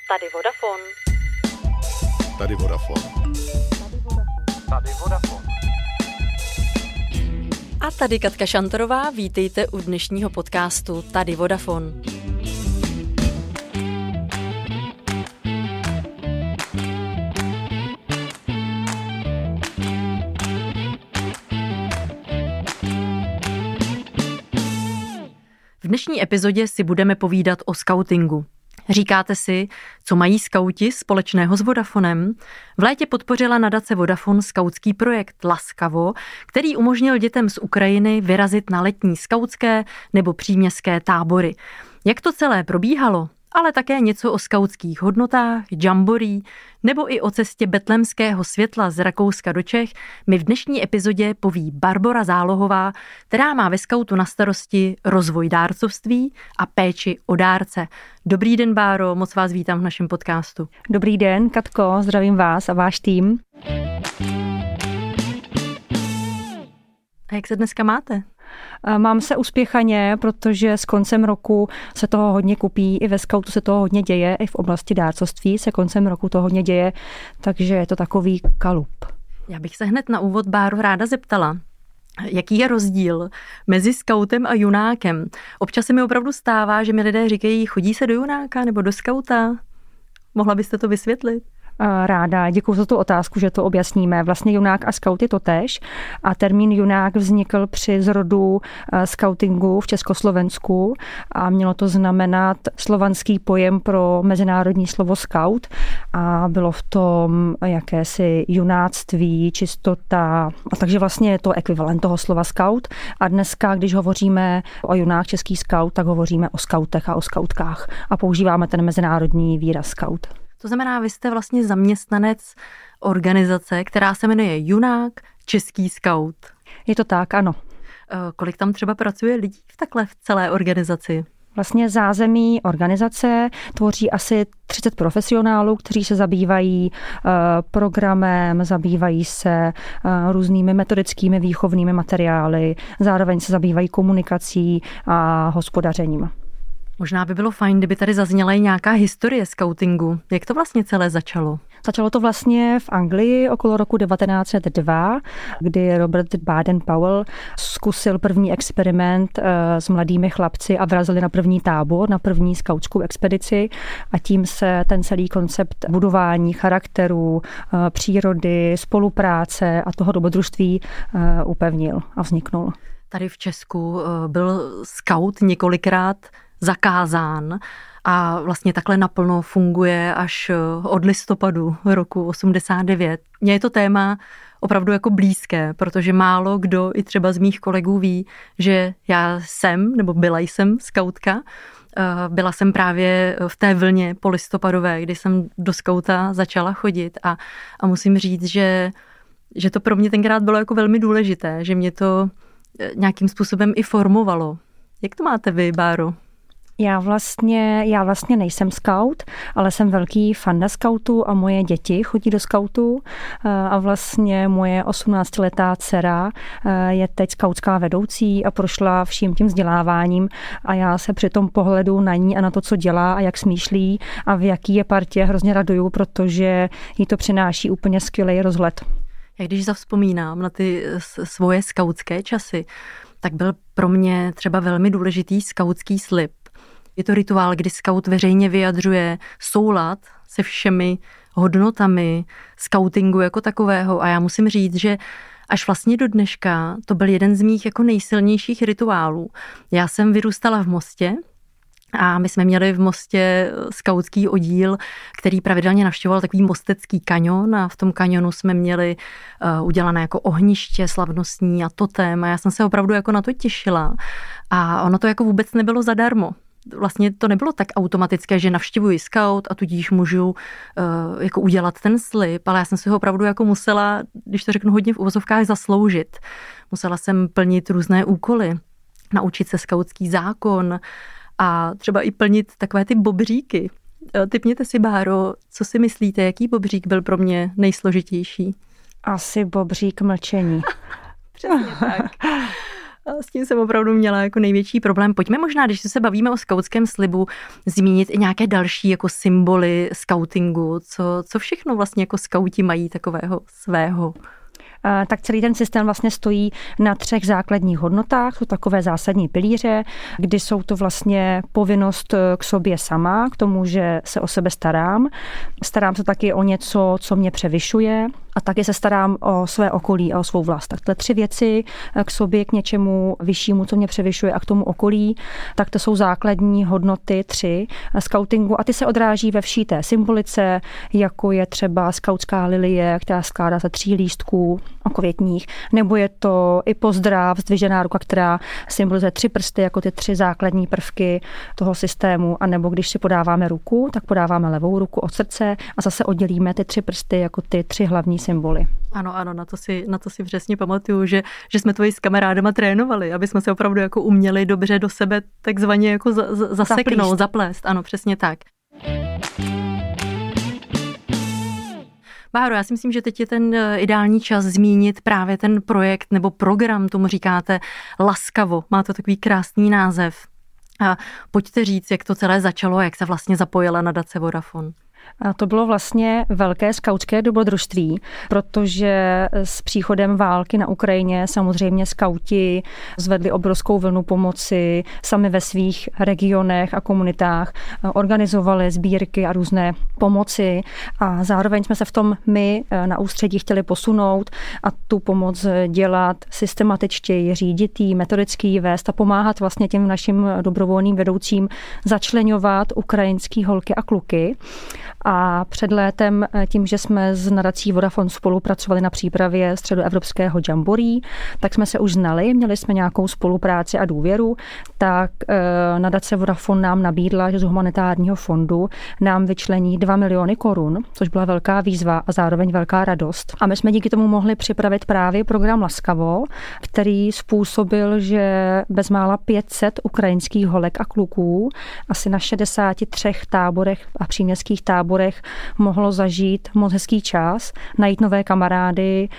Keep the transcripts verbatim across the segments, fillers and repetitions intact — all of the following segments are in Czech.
Tady Vodafone. Tady Vodafone. Tady Vodafone. A tady Katka Šantorová, vítejte u dnešního podcastu Tady Vodafone. V dnešní epizodě si budeme povídat o skautingu. Říkáte si, co mají skauti společného s Vodafonem? V létě podpořila nadace Vodafone skautský projekt Laskavo, který umožnil dětem z Ukrajiny vyrazit na letní skautské nebo příměstské tábory. Jak to celé probíhalo? Ale také něco o skautských hodnotách, jamboree nebo i o cestě betlémského světla z Rakouska do Čech mi v dnešní epizodě poví Barbora Zálohová, která má ve skautu na starosti rozvoj dárcovství a péči o dárce. Dobrý den, Báro, moc vás vítám v našem podcastu. Dobrý den, Katko, zdravím vás a váš tým. A jak se dneska máte? Mám se uspěchaně, protože s koncem roku se toho hodně kupí, i ve skautu se toho hodně děje, i v oblasti dárcovství se koncem roku to hodně děje, takže je to takový kalup. Já bych se hned na úvod, Báro, ráda zeptala, jaký je rozdíl mezi skautem a junákem? Občas se mi opravdu stává, že mi lidé říkají, chodí se do junáka nebo do skauta? Mohla byste to vysvětlit? Ráda, děkuji za tu otázku, že to objasníme. Vlastně junák a skaut je totéž a termín junák vznikl při zrodu skautingu v Československu a mělo to znamenat slovanský pojem pro mezinárodní slovo skaut a bylo v tom jakési junáctví, čistota, a takže vlastně je to ekvivalent toho slova skaut a dneska, když hovoříme o junák český skaut, tak hovoříme o skautech a o skautkách a používáme ten mezinárodní výraz skaut. To znamená, vy jste vlastně zaměstnanec organizace, která se jmenuje Junák český skaut. Je to tak, ano. Kolik tam třeba pracuje lidí v takhle v celé organizaci? Vlastně zázemí organizace tvoří asi třicet profesionálů, kteří se zabývají programem, zabývají se různými metodickými výchovnými materiály, zároveň se zabývají komunikací a hospodařením. Možná by bylo fajn, kdyby tady zazněla i nějaká historie skautingu. Jak to vlastně celé začalo? Začalo to vlastně v Anglii okolo roku devatenáct set dva, kdy Robert Baden-Powell zkusil první experiment s mladými chlapci a vrazili na první tábor, na první skautskou expedici a tím se ten celý koncept budování charakterů, přírody, spolupráce a toho dobrodružství upevnil a vzniknul. Tady v Česku byl skaut několikrát zakázán a vlastně takhle naplno funguje až od listopadu roku osmdesát devět. Mně je to téma opravdu jako blízké, protože málo kdo i třeba z mých kolegů ví, že já jsem, nebo byla jsem skautka. Byla jsem právě v té vlně polistopadové, kdy jsem do skauta začala chodit a, a musím říct, že, že to pro mě tenkrát bylo jako velmi důležité, že mě to nějakým způsobem i formovalo. Jak to máte vy, Báro? Já vlastně, já vlastně nejsem skaut, ale jsem velký fanda skautu a moje děti chodí do skautu a vlastně moje osmnáctiletá dcera je teď skautská vedoucí a prošla vším tím vzděláváním a já se při tom pohledu na ní a na to, co dělá a jak smýšlí a v jaký je partě hrozně raduju, protože jí to přináší úplně skvělý rozhled. Já když zavzpomínám na ty svoje skautské časy, tak byl pro mě třeba velmi důležitý skautský slib. Je to rituál, kdy skaut veřejně vyjadřuje soulad se všemi hodnotami skautingu jako takového a já musím říct, že až vlastně do dneška to byl jeden z mých jako nejsilnějších rituálů. Já jsem vyrůstala v Mostě a my jsme měli v Mostě skautský oddíl, který pravidelně navštěvoval takový mostecký kanion a v tom kanionu jsme měli udělané jako ohniště slavnostní a totem a já jsem se opravdu jako na to těšila a ono to jako vůbec nebylo zadarmo. Vlastně to nebylo tak automatické, že navštěvuji skaut a tudíž můžu uh, jako udělat ten slib, ale já jsem si ho opravdu jako musela, když to řeknu hodně v uvozovkách, zasloužit. Musela jsem plnit různé úkoly, naučit se skautský zákon a třeba i plnit takové ty bobříky. Tipněte si, Báro, co si myslíte, jaký bobřík byl pro mě nejsložitější? Asi bobřík mlčení. Přesně tak. A s tím jsem opravdu měla jako největší problém. Pojďme možná, když se bavíme o skautském slibu, zmínit i nějaké další jako symboly skautingu. Co, co všechno vlastně jako skauti mají takového svého? Tak celý ten systém vlastně stojí na třech základních hodnotách, jsou takové zásadní pilíře, kdy jsou to vlastně povinnost k sobě sama, k tomu, že se o sebe starám. Starám se taky o něco, co mě převyšuje, a taky se starám o své okolí a o svou vlast. Tak tyhle tři věci k sobě, k něčemu vyššímu, co mě převyšuje, a k tomu okolí, tak to jsou základní hodnoty tři skautingu a ty se odráží ve vší té symbolice, jako je třeba skautská lilie, která skládá ze tří lístků okvětních, nebo je to i pozdrav, zdvižená ruka, která symbolizuje tři prsty jako ty tři základní prvky toho systému, a nebo když si podáváme ruku, tak podáváme levou ruku od srdce a zase oddělíme ty tři prsty jako ty tři hlavní symboly. Ano, ano, na to si, na to si přesně pamatuju, že, že jsme to i s kamarádama trénovali, aby jsme se opravdu jako uměli dobře do sebe takzvaně jako za, za, zaseknout, zaplést. zaplést. Ano, přesně tak. Báro, já si myslím, že teď je ten ideální čas zmínit právě ten projekt nebo program, tomu říkáte Laskavo. Má to takový krásný název. A pojďte říct, jak to celé začalo, jak se vlastně zapojila nadace Vodafone. A to bylo vlastně velké skautské dobrodružství, protože s příchodem války na Ukrajině samozřejmě skauti zvedli obrovskou vlnu pomoci, sami ve svých regionech a komunitách organizovali sbírky a různé pomoci, a zároveň jsme se v tom my na ústředí chtěli posunout a tu pomoc dělat systematičtěji, řídit jí, metodicky jí vést a pomáhat vlastně těm našim dobrovolným vedoucím začleňovat ukrajinský holky a kluky. A před létem tím, že jsme s nadací Vodafone spolupracovali na přípravě středoevropského jamboree, tak jsme se už znali, měli jsme nějakou spolupráci a důvěru, tak nadace Vodafone nám nabídla, že z humanitárního fondu nám vyčlení dva miliony korun, což byla velká výzva a zároveň velká radost. A my jsme díky tomu mohli připravit právě program Laskavo, který způsobil, že bezmála pět set ukrajinských holek a kluků asi na šedesáti třech táborech a příměstských táborech mohlo zažít moc hezký čas, najít nové kamarády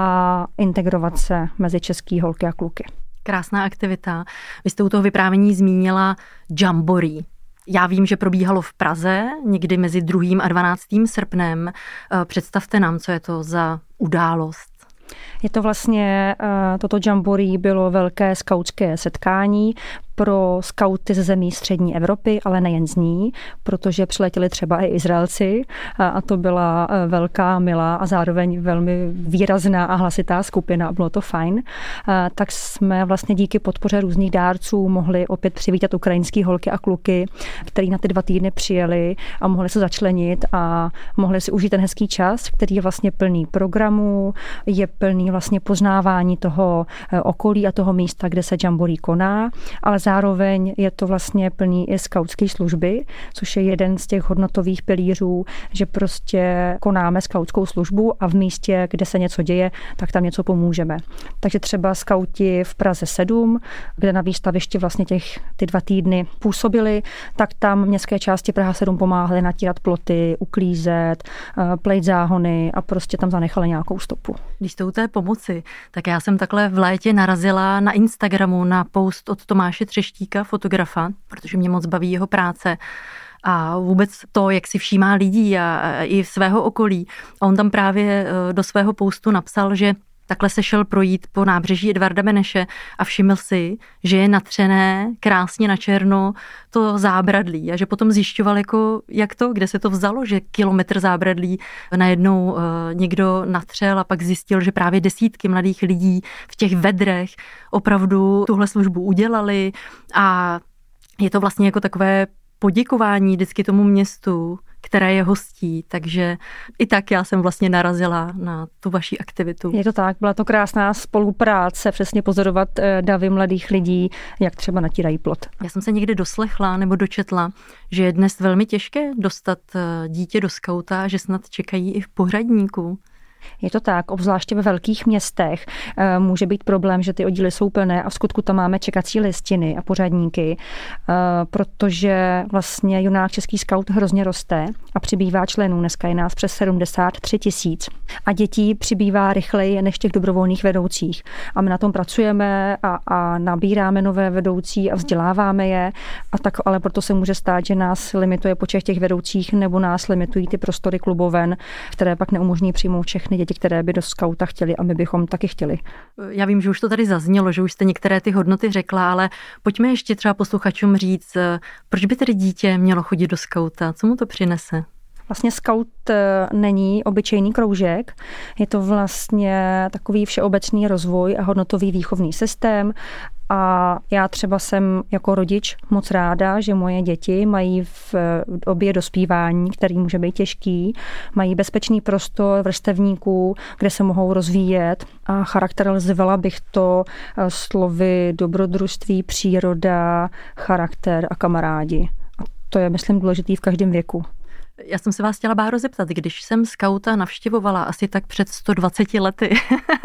a integrovat se mezi český holky a kluky. Krásná aktivita. Vy jste u toho vyprávění zmínila jamboree. Já vím, že probíhalo v Praze někdy mezi druhým a dvanáctým srpnem. Představte nám, co je to za událost. Je to vlastně, toto jamboree bylo velké skautské setkání pro skauty ze zemí střední Evropy, ale nejen z ní, protože přiletěli třeba i Izraelci a to byla velká, milá a zároveň velmi výrazná a hlasitá skupina, bylo to fajn. Tak jsme vlastně díky podpoře různých dárců mohli opět přivítat ukrajinský holky a kluky, který na ty dva týdny přijeli a mohli se začlenit a mohli si užít ten hezký čas, který je vlastně plný programů, je plný vlastně poznávání toho okolí a toho místa, kde se jamboree koná, ale zároveň je to vlastně plný i skautské služby, což je jeden z těch hodnotových pilířů, že prostě konáme skautskou službu a v místě, kde se něco děje, tak tam něco pomůžeme. Takže třeba skauti v Praze sedm, kde na výstavišti vlastně těch ty dva týdny působili, tak tam městské části Praha sedm pomáhali natírat ploty, uklízet, plejt záhony a prostě tam zanechali nějakou stopu. Když jste u té pomoci, tak já jsem takhle v létě narazila na Instagramu na post od Tomáše Třeštíka, fotografa, protože mě moc baví jeho práce a vůbec to, jak si všímá lidí a, a i svého okolí. A on tam právě do svého postu napsal, že takhle se šel projít po nábřeží Edvarda Beneše a všiml si, že je natřené krásně na černo to zábradlí a že potom zjišťoval, jako, jak to, kde se to vzalo, že kilometr zábradlí najednou uh, někdo natřel a pak zjistil, že právě desítky mladých lidí v těch vedrech opravdu tuhle službu udělali a je to vlastně jako takové poděkování vždycky tomu městu, které je hostí, takže i tak já jsem vlastně narazila na tu vaši aktivitu. Je to tak, byla to krásná spolupráce, přesně pozorovat davy mladých lidí, jak třeba natírají plot. Já jsem se někde doslechla nebo dočetla, že je dnes velmi těžké dostat dítě do skauta, že snad čekají i v pohřadníku. Je to tak, obzvláště ve velkých městech může být problém, že ty oddíly jsou plné a v skutku tam máme čekací listiny a pořadníky, protože vlastně junák Český skaut hrozně roste a přibývá členů. Dneska je nás přes sedmdesát tři tisíc a dětí přibývá rychleji než těch dobrovolných vedoucích. A my na tom pracujeme a, a nabíráme nové vedoucí a vzděláváme je, a tak, ale proto se může stát, že nás limituje počet těch vedoucích nebo nás limitují ty prostory kluboven, které pak neumožní přijmout všechny děti, které by do skauta chtěli a my bychom taky chtěli. Já vím, že už to tady zaznělo, že už jste některé ty hodnoty řekla, ale pojďme ještě třeba posluchačům říct, proč by tedy dítě mělo chodit do skauta, co mu to přinese? Vlastně skaut není obyčejný kroužek, je to vlastně takový všeobecný rozvoj a hodnotový výchovný systém. A já třeba jsem jako rodič moc ráda, že moje děti mají v době dospívání, který může být těžký, mají bezpečný prostor vrstevníků, kde se mohou rozvíjet. A charakterizovala bych to slovy dobrodružství, příroda, charakter a kamarádi. A to je, myslím, důležitý v každém věku. Já jsem se vás chtěla, Báro, zeptat, když jsem skauta navštěvovala asi tak před sto dvaceti lety,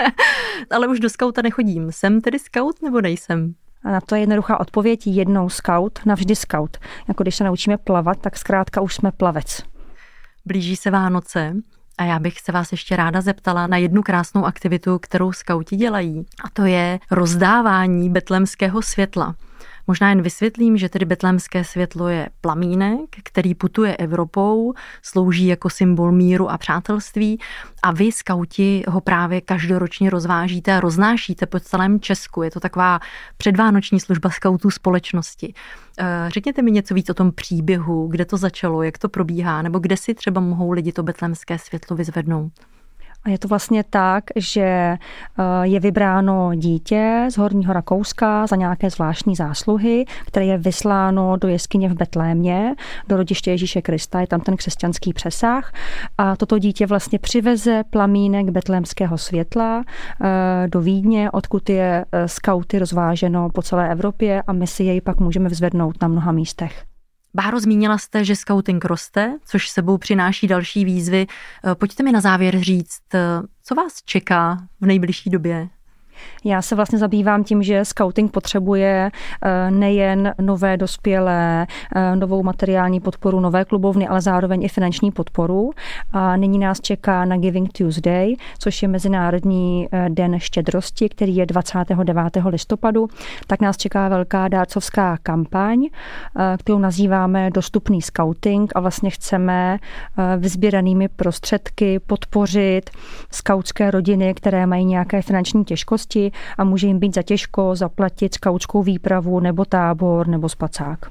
ale už do skauta nechodím. Jsem tedy skaut nebo nejsem? A na to je jednoduchá odpověď, jednou skaut, navždy skaut. Jako když se naučíme plavat, tak zkrátka už jsme plavec. Blíží se Vánoce a já bych se vás ještě ráda zeptala na jednu krásnou aktivitu, kterou skauti dělají. A to je rozdávání betlémského světla. Možná jen vysvětlím, že tedy betlémské světlo je plamínek, který putuje Evropou, slouží jako symbol míru a přátelství a vy, skauti, ho právě každoročně rozvážíte a roznášíte po celém Česku. Je to taková předvánoční služba skautů společnosti. Řekněte mi něco víc o tom příběhu, kde to začalo, jak to probíhá, nebo kde si třeba mohou lidi to betlémské světlo vyzvednout. A je to vlastně tak, že je vybráno dítě z Horního Rakouska za nějaké zvláštní zásluhy, které je vysláno do jeskyně v Betlémě, do rodiště Ježíše Krista, je tam ten křesťanský přesah. A toto dítě vlastně přiveze plamínek betlémského světla do Vídně, odkud je skauty rozváženo po celé Evropě a my si jej pak můžeme vzvednout na mnoha místech. Báro, zmínila jste, že skauting roste, což sebou přináší další výzvy. Pojďte mi na závěr říct, co vás čeká v nejbližší době? Já se vlastně zabývám tím, že skauting potřebuje nejen nové dospělé, novou materiální podporu, nové klubovny, ale zároveň i finanční podporu. A nyní nás čeká na Giving Tuesday, což je Mezinárodní den štědrosti, který je dvacátého devátého listopadu. Tak nás čeká velká dárcovská kampaň, kterou nazýváme Dostupný skauting a vlastně chceme vysběranými prostředky podpořit skautské rodiny, které mají nějaké finanční těžkosti a může jim být zatěžko zaplatit skautskou výpravu nebo tábor nebo spacák.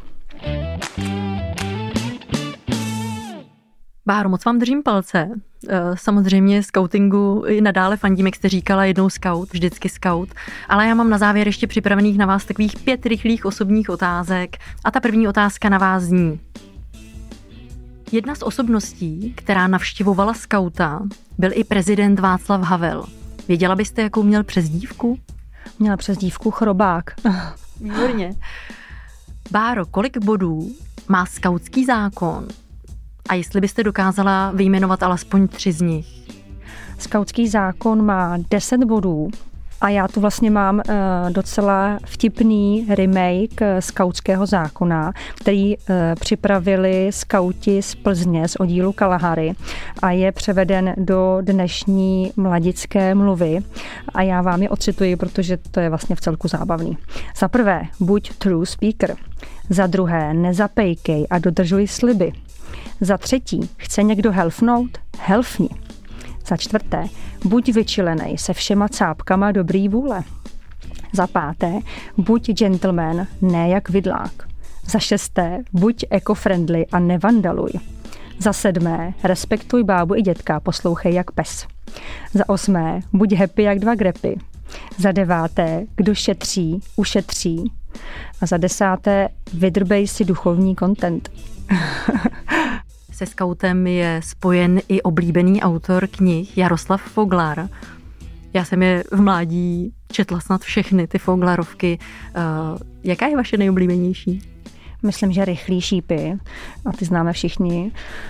Báro, moc vám držím palce. Samozřejmě skautingu i nadále fandím, jak jste říkala, jednou skaut, vždycky skaut. Ale já mám na závěr ještě připravených na vás takových pět rychlých osobních otázek. A ta první otázka na vás zní. Jedna z osobností, která navštěvovala skauta, byl i prezident Václav Havel. Věděla byste, jakou měl přezdívku? Měla přezdívku Chrobák. Výborně. Báro, kolik bodů má skautský zákon? A jestli byste dokázala vyjmenovat alespoň tři z nich? Skautský zákon má deset bodů a já tu vlastně mám docela vtipný remake skautského zákona, který připravili skauti z Plzně z oddílu Kalahary a je převeden do dnešní mladické mluvy a já vám je ocituji, protože to je vlastně v celku zábavný. Za prvé, buď true speaker. Za druhé, nezapejkej a dodržuj sliby. Za třetí, chce někdo helfnout? Helfni. Za čtvrté, buď vyčilenej se všema cápkama dobrý vůle. Za páté, buď gentleman, ne jak vidlák. Za šesté, buď eco-friendly a nevandaluj. Za sedmé, respektuj bábu i dětka, poslouchej jak pes. Za osmé, buď happy jak dva grepy. Za deváté, kdo šetří, ušetří. A za desáté, vydrbej si duchovní content. Se skautem je spojen i oblíbený autor knih Jaroslav Foglar. Já jsem je v mládí četla snad všechny ty Foglarovky. Jaká je vaše nejoblíbenější? Myslím, že Rychlý šípy, a ty známe všichni.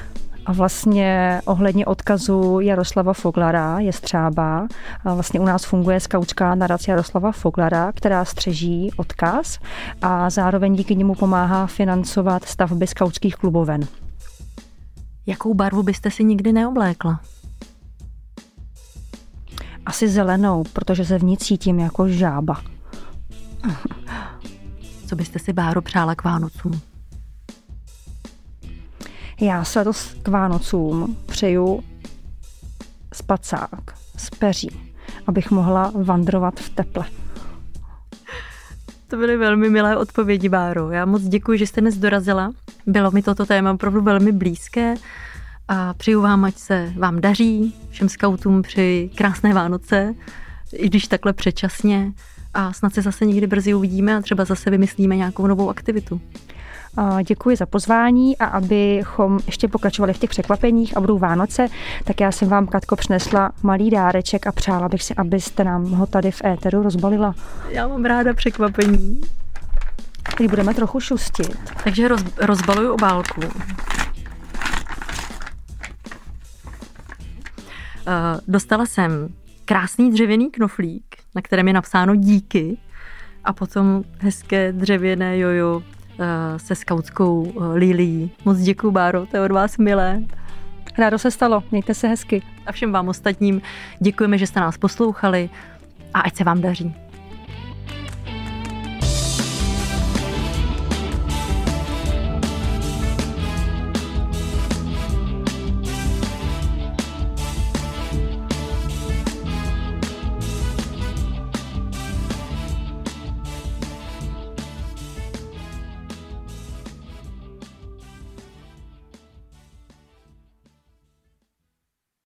A vlastně ohledně odkazu Jaroslava Foglara, Jestřába, vlastně u nás funguje skautská nadace Jaroslava Foglara, která střeží odkaz a zároveň díky němu pomáhá financovat stavby skautských kluboven. Jakou barvu byste si nikdy neoblékla? Asi zelenou, protože se v ní cítím jako žába. Co byste si, Báro, přála k Vánocům? Já se to k Vánocům přeju spacák z peří, abych mohla vandrovat v teple. To byly velmi milé odpovědi, Báro. Já moc děkuji, že jste dnes dorazila. Bylo mi toto téma opravdu velmi blízké a přeju vám, ať se vám daří, všem skautům přeji krásné Vánoce, i když takhle předčasně, a snad se zase někdy brzy uvidíme a třeba zase vymyslíme nějakou novou aktivitu. Děkuji za pozvání a abychom ještě pokračovali v těch překvapeních a budou Vánoce, tak já jsem vám, Katko, přinesla malý dáreček a přála bych si, abyste nám ho tady v éteru rozbalila. Já mám ráda překvapení. Teď budeme trochu šustit. Takže roz, rozbaluju obálku. Uh, dostala jsem krásný dřevěný knoflík, na kterém je napsáno díky, a potom hezké dřevěné jojo se skautskou lilií. Moc děkuju, Báro, to je od vás milé. Rádo se stalo, mějte se hezky. A všem vám ostatním děkujeme, že jste nás poslouchali a ať se vám daří.